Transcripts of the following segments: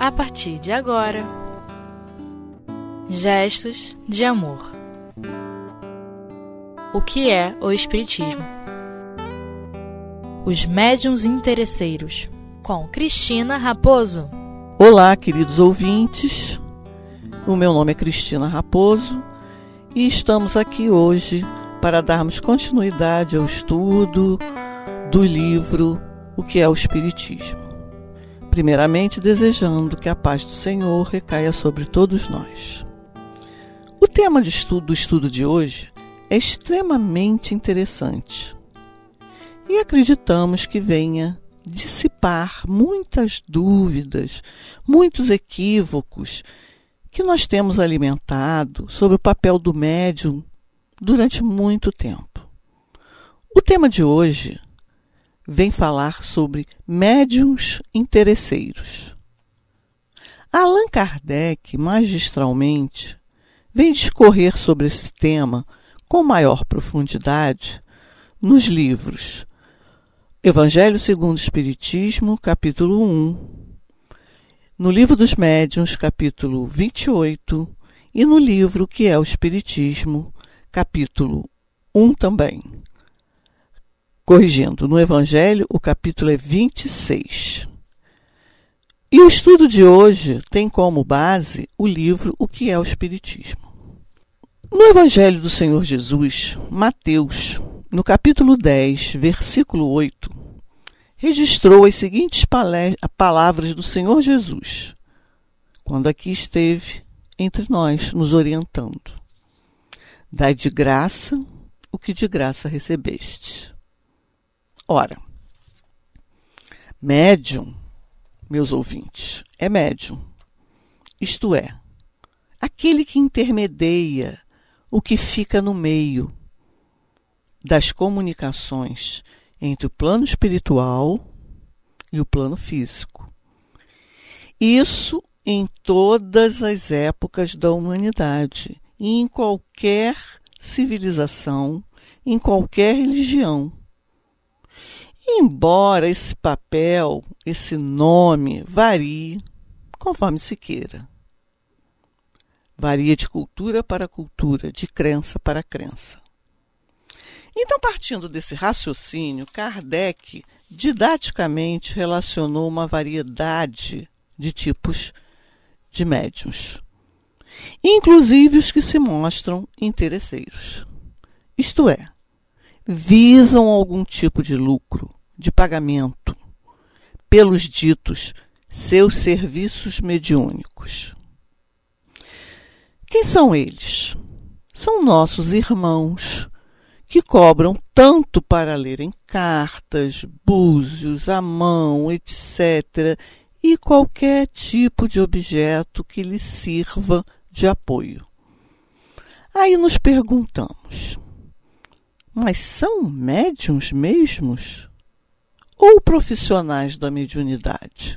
a partir de agora. Gestos de amor. O que é o Espiritismo? Os médiuns interesseiros, com Cristina Raposo. Olá, queridos ouvintes. O meu nome é Cristina Raposo e estamos aqui hoje para darmos continuidade ao estudo do livro O que é o Espiritismo. Primeiramente, desejando que a paz do Senhor recaia sobre todos nós. O tema do estudo de hoje é extremamente interessante e acreditamos que venha dissipar muitas dúvidas, muitos equívocos que nós temos alimentado sobre o papel do médium durante muito tempo. O tema de hoje vem falar sobre médiuns interesseiros. Allan Kardec, magistralmente, vem discorrer sobre esse tema com maior profundidade nos livros Evangelho segundo o Espiritismo, capítulo 1, no Livro dos Médiuns, capítulo 28, e no livro Que é o Espiritismo, capítulo 1 também. Corrigindo, no Evangelho o capítulo é 26. E o estudo de hoje tem como base o livro O que é o Espiritismo. No Evangelho do Senhor Jesus, Mateus, no capítulo 10, versículo 8, registrou as seguintes palavras do Senhor Jesus, quando aqui esteve entre nós, nos orientando. Dai de graça o que de graça recebestes. Ora, médium, meus ouvintes, é médium, isto é, aquele que intermedia o que fica no meio das comunicações entre o plano espiritual e o plano físico. Isso em todas as épocas da humanidade e em qualquer civilização, em qualquer religião. Embora esse papel, esse nome, varie conforme se queira. Varia de cultura para cultura, de crença para crença. Então, partindo desse raciocínio, Kardec didaticamente relacionou uma variedade de tipos de médiuns, inclusive os que se mostram interesseiros. Isto é, visam algum tipo de lucro, de pagamento, pelos ditos seus serviços mediúnicos. Quem são eles? São nossos irmãos, que cobram tanto para lerem cartas, búzios, à mão, etc., e qualquer tipo de objeto que lhes sirva de apoio. Aí nos perguntamos, mas são médiuns mesmos? Ou profissionais da mediunidade?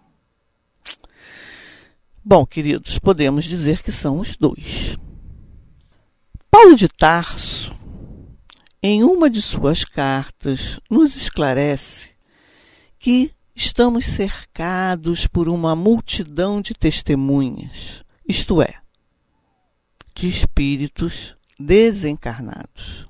Bom, queridos, podemos dizer que são os dois. Paulo de Tarso, em uma de suas cartas, nos esclarece que estamos cercados por uma multidão de testemunhas, isto é, de espíritos desencarnados.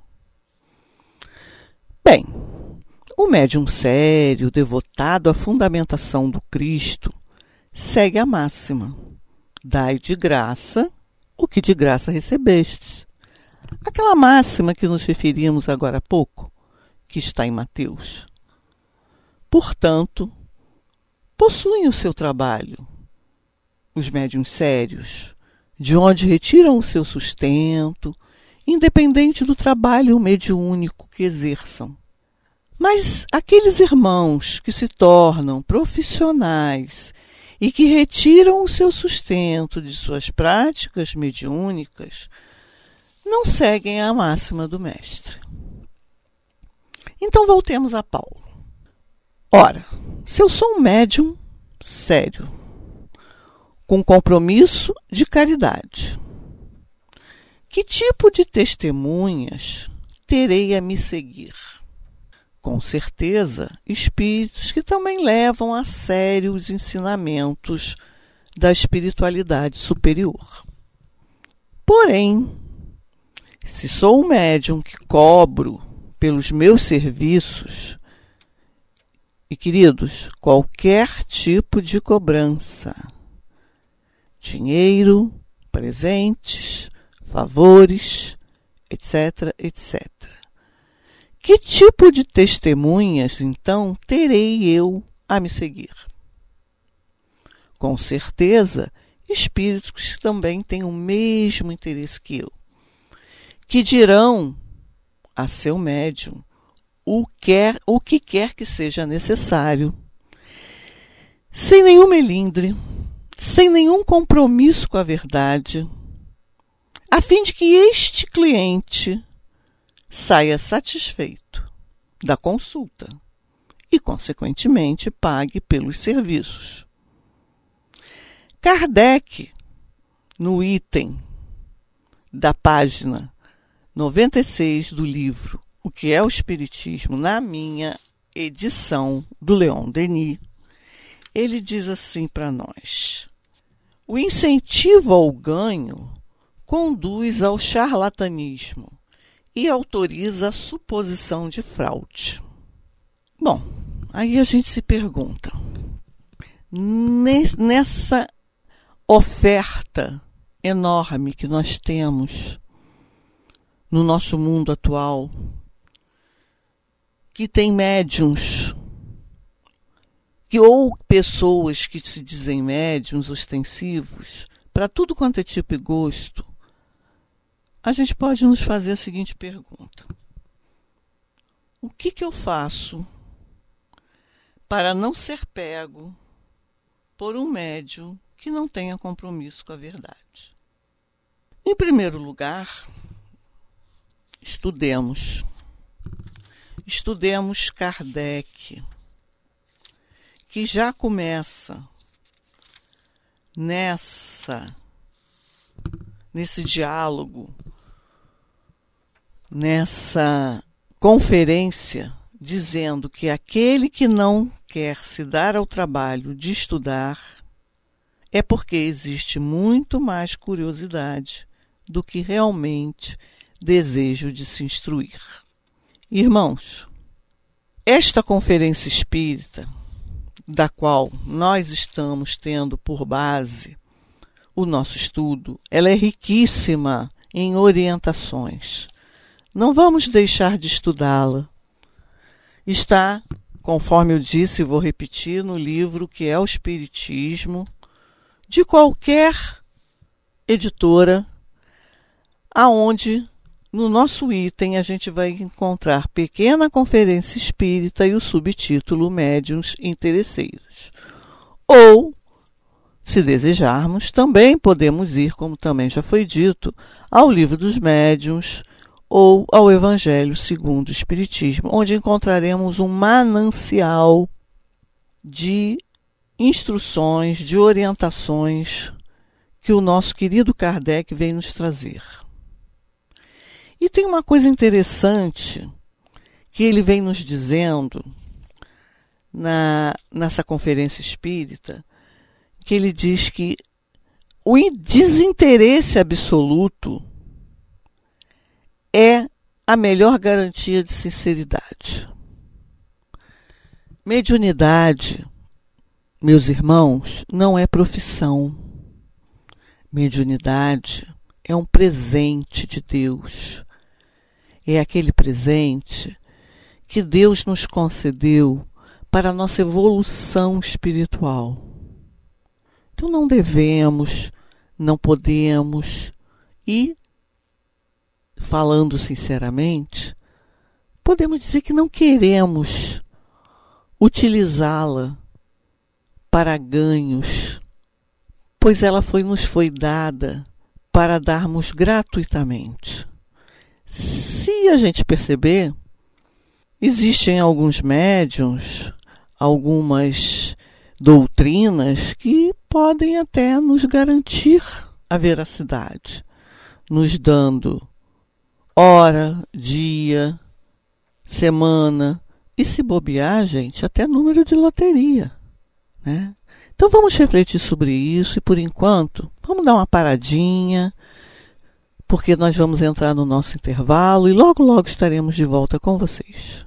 Bem, o médium sério, devotado à fundamentação do Cristo, segue a máxima: dai de graça o que de graça recebestes. Aquela máxima que nos referimos agora há pouco, que está em Mateus. Portanto, possuem o seu trabalho, os médiuns sérios, de onde retiram o seu sustento, independente do trabalho mediúnico que exerçam. Mas aqueles irmãos que se tornam profissionais e que retiram o seu sustento de suas práticas mediúnicas, não seguem a máxima do mestre. Então voltemos a Paulo. Ora, se eu sou um médium sério, com compromisso de caridade, que tipo de testemunhas terei a me seguir? Com certeza, espíritos que também levam a sério os ensinamentos da espiritualidade superior. Porém, se sou um médium que cobro pelos meus serviços, e queridos, qualquer tipo de cobrança, dinheiro, presentes, favores, etc., etc. Que tipo de testemunhas, então, terei eu a me seguir? Com certeza, espíritos que também têm o mesmo interesse que eu, que dirão a seu médium o que quer que seja necessário, sem nenhum melindre, sem nenhum compromisso com a verdade, a fim de que este cliente saia satisfeito da consulta e, consequentemente, pague pelos serviços. Kardec, no item da página 96 do livro O que é o Espiritismo, na minha edição do Leon Denis, ele diz assim para nós: o incentivo ao ganho conduz ao charlatanismo e autoriza a suposição de fraude. Bom, aí a gente se pergunta, nessa oferta enorme que nós temos no nosso mundo atual, que tem médiuns, ou pessoas que se dizem médiuns ostensivos, para tudo quanto é tipo e gosto, a gente pode nos fazer a seguinte pergunta: o que eu faço para não ser pego por um médium que não tenha compromisso com a verdade? Em primeiro lugar, estudemos Kardec, que já começa nesse diálogo, nessa conferência, dizendo que aquele que não quer se dar ao trabalho de estudar é porque existe muito mais curiosidade do que realmente desejo de se instruir. Irmãos, esta conferência espírita, da qual nós estamos tendo por base o nosso estudo, ela é riquíssima em orientações. Não vamos deixar de estudá-la. Está, conforme eu disse e vou repetir, no livro Que é o Espiritismo, de qualquer editora, aonde no nosso item a gente vai encontrar Pequena Conferência Espírita e o subtítulo Médiuns Interesseiros. Ou, se desejarmos, também podemos ir, como também já foi dito, ao Livro dos Médiuns ou ao Evangelho segundo o Espiritismo, onde encontraremos um manancial de instruções, de orientações que o nosso querido Kardec vem nos trazer. E tem uma coisa interessante que ele vem nos dizendo nessa conferência espírita, que ele diz que o desinteresse absoluto é a melhor garantia de sinceridade. Mediunidade, meus irmãos, não é profissão. Mediunidade é um presente de Deus. É aquele presente que Deus nos concedeu para a nossa evolução espiritual. Então não devemos, não podemos e, falando sinceramente, podemos dizer que não queremos utilizá-la para ganhos, pois ela nos foi dada para darmos gratuitamente. Se a gente perceber, existem alguns médiuns, algumas doutrinas que podem até nos garantir a veracidade, nos dando hora, dia, semana e, se bobear, gente, até número de loteria, né? Então Então vamos refletir sobre isso e, por enquanto, vamos dar uma paradinha, porque nós vamos entrar no nosso intervalo e logo, logo estaremos de volta com vocês.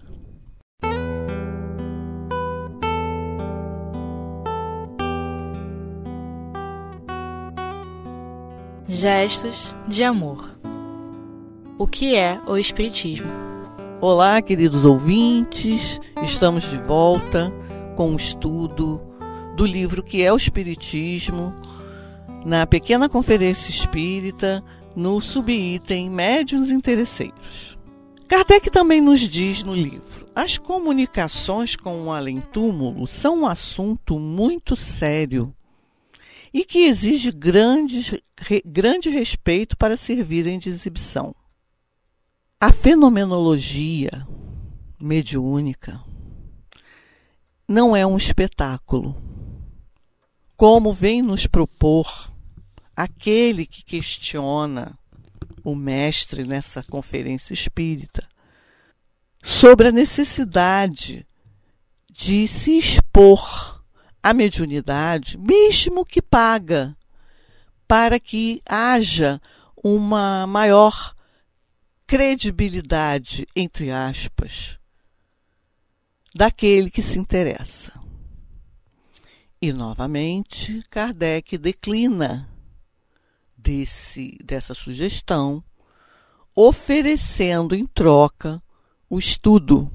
Gestos de amor. O que é o Espiritismo? Olá, queridos ouvintes, estamos de volta com o estudo do livro Que é o Espiritismo, na Pequena Conferência Espírita, no subitem Médiuns Interesseiros. Kardec também nos diz no livro: as comunicações com o além-túmulo são um assunto muito sério e que exige grande respeito para servirem de exibição. A fenomenologia mediúnica não é um espetáculo, como vem nos propor aquele que questiona o mestre nessa conferência espírita sobre a necessidade de se expor à mediunidade, mesmo que paga, para que haja uma maior credibilidade, entre aspas, daquele que se interessa. E, novamente, Kardec declina dessa sugestão, oferecendo em troca o estudo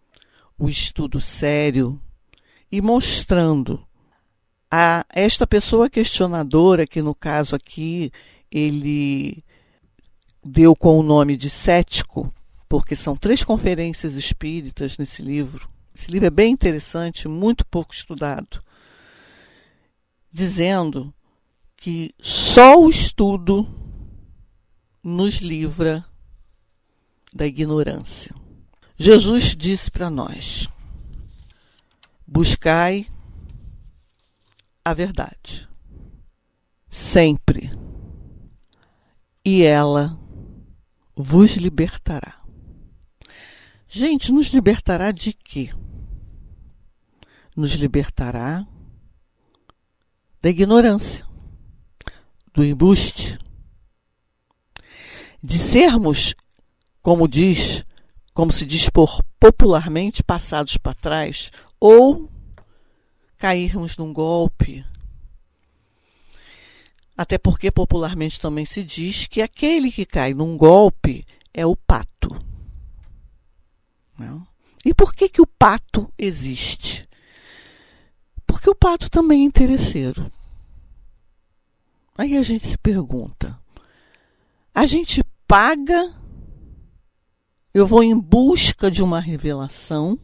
sério, e mostrando a esta pessoa questionadora, que no caso aqui ele deu com o nome de cético, porque são 3 conferências espíritas nesse livro. Esse livro é bem interessante, muito pouco estudado, dizendo que só o estudo nos livra da ignorância. Jesus disse para nós: buscai a verdade, sempre, e ela vos libertará. Gente, nos libertará de quê? Nos libertará da ignorância, do embuste, de sermos, como se diz popularmente, passados para trás, ou cairmos num golpe. Até porque popularmente também se diz que aquele que cai num golpe é o pato. Não? E por que o pato existe? Porque o pato também é interesseiro. Aí a gente se pergunta, a gente paga, eu vou em busca de uma revelação,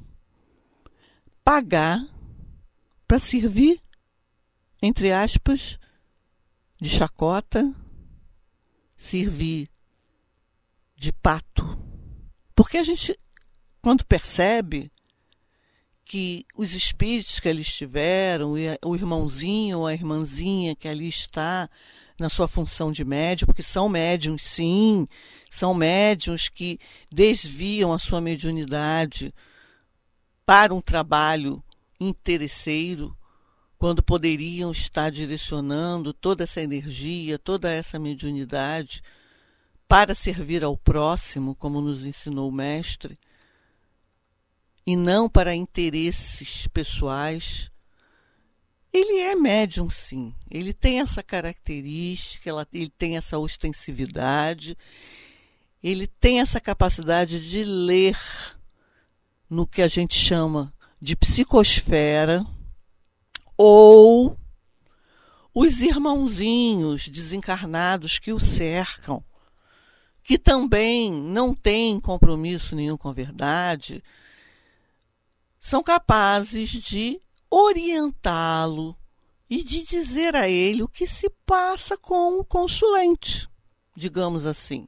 pagar para servir, entre aspas, de chacota, servir de pato. Porque a gente, quando percebe que os espíritos que ali estiveram, o irmãozinho ou a irmãzinha que ali está na sua função de médium, porque são médiums, sim, são médiums que desviam a sua mediunidade para um trabalho interesseiro, quando poderiam estar direcionando toda essa energia, toda essa mediunidade para servir ao próximo, como nos ensinou o mestre, e não para interesses pessoais. Ele é médium, sim. Ele tem essa característica, ele tem essa ostensividade, ele tem essa capacidade de ler no que a gente chama de psicosfera, ou os irmãozinhos desencarnados que o cercam, que também não têm compromisso nenhum com a verdade, são capazes de orientá-lo e de dizer a ele o que se passa com o consulente, digamos assim.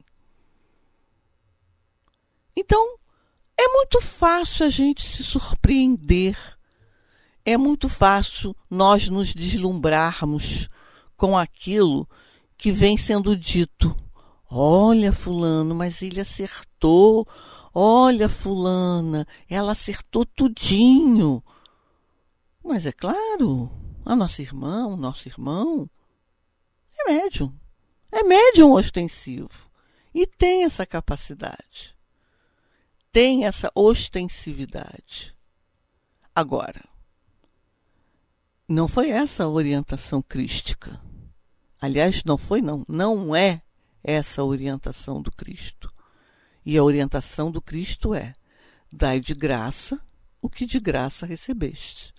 Então, é muito fácil a gente se surpreender, é muito fácil nós nos deslumbrarmos com aquilo que vem sendo dito. Olha, fulano, mas ele acertou. Olha, fulana, ela acertou tudinho. Mas é claro, a nossa irmã, o nosso irmão, é médium. É médium ostensivo. E tem essa capacidade. Tem essa ostensividade. Agora, não foi essa a orientação crística. Aliás, não é essa a orientação do Cristo. E a orientação do Cristo é: dai de graça o que de graça recebeste.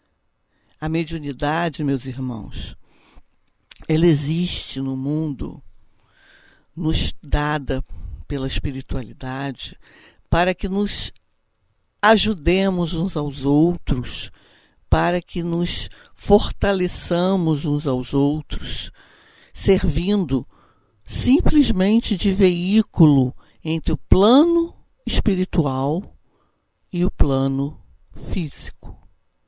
A mediunidade, meus irmãos, ela existe no mundo, nos dada pela espiritualidade, para que nos ajudemos uns aos outros, para que nos fortaleçamos uns aos outros, servindo simplesmente de veículo entre o plano espiritual e o plano físico.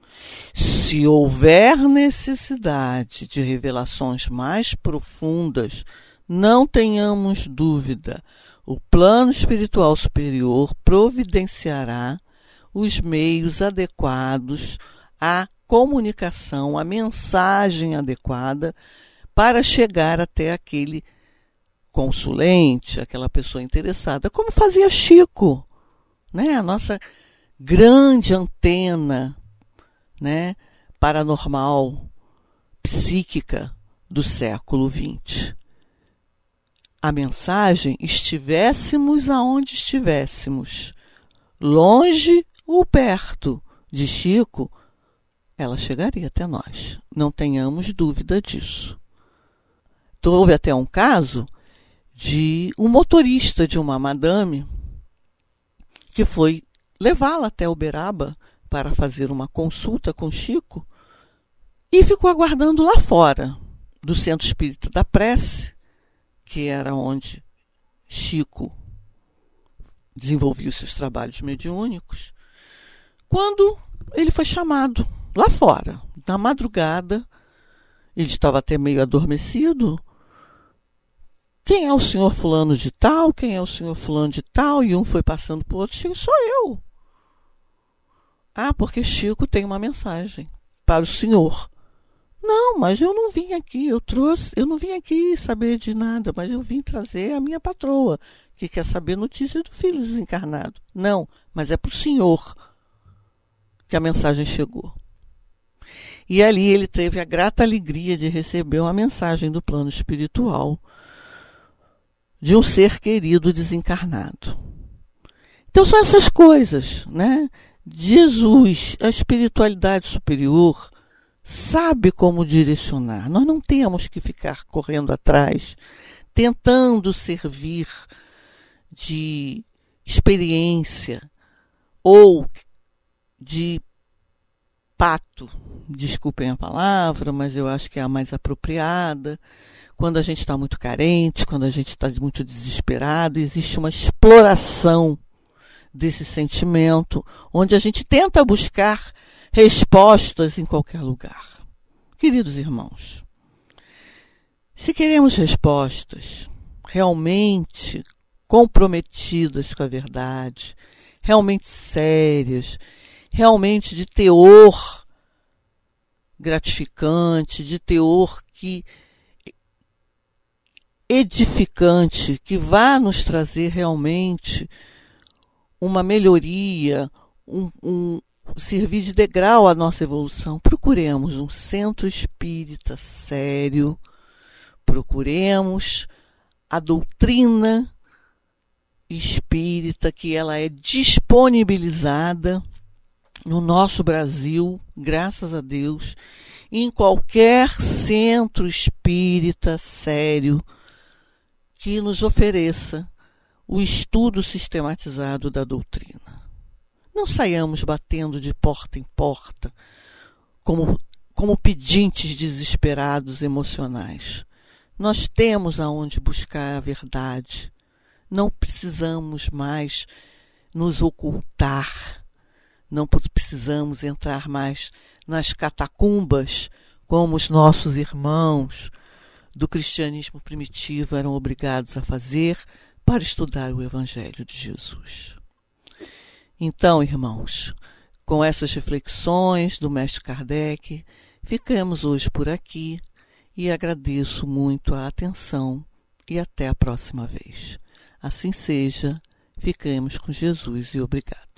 Se houver necessidade de revelações mais profundas, não tenhamos dúvida, o plano espiritual superior providenciará os meios adequados, a comunicação, a mensagem adequada para chegar até aquele consulente, aquela pessoa interessada, como fazia Chico, né? A nossa grande antena, né, paranormal, psíquica do século XX. A mensagem, estivéssemos aonde estivéssemos, longe ou perto de Chico, ela chegaria até nós. Não tenhamos dúvida disso. Então, houve até um caso de um motorista de uma madame que foi levá-la até Uberaba para fazer uma consulta com Chico e ficou aguardando lá fora do Centro Espírita da Prece, que era onde Chico desenvolvia os seus trabalhos mediúnicos, quando ele foi chamado lá fora, na madrugada. Ele estava até meio adormecido. Quem é o senhor fulano de tal? Quem é o senhor fulano de tal? E um foi passando para o outro. Chico, sou eu. Ah, porque Chico tem uma mensagem para o senhor. Não, mas eu não vim aqui, eu não vim aqui saber de nada, mas eu vim trazer a minha patroa, que quer saber notícia do filho desencarnado. Não, mas é para o senhor que a mensagem chegou. E ali ele teve a grata alegria de receber uma mensagem do plano espiritual de um ser querido desencarnado. Então são essas coisas, né? Jesus, a espiritualidade superior, sabe como direcionar. Nós não temos que ficar correndo atrás, tentando servir de experiência ou de pato, desculpem a palavra, mas eu acho que é a mais apropriada. Quando a gente está muito carente, quando a gente está muito desesperado, existe uma exploração desse sentimento, onde a gente tenta buscar respostas em qualquer lugar. Queridos irmãos, se queremos respostas realmente comprometidas com a verdade, realmente sérias, realmente de teor gratificante, de teor edificante, que vá nos trazer realmente uma melhoria, servir de degrau à nossa evolução. Procuremos um centro espírita sério, procuremos a doutrina espírita, que ela é disponibilizada no nosso Brasil, graças a Deus, em qualquer centro espírita sério que nos ofereça o estudo sistematizado da doutrina. Não saiamos batendo de porta em porta como pedintes desesperados emocionais. Nós temos aonde buscar a verdade. Não precisamos mais nos ocultar. Não precisamos entrar mais nas catacumbas como os nossos irmãos do cristianismo primitivo eram obrigados a fazer para estudar o Evangelho de Jesus. Então, irmãos, com essas reflexões do Mestre Kardec, Ficamos hoje por aqui e agradeço muito a atenção e até a próxima vez. Assim seja, fiquemos com Jesus e obrigado.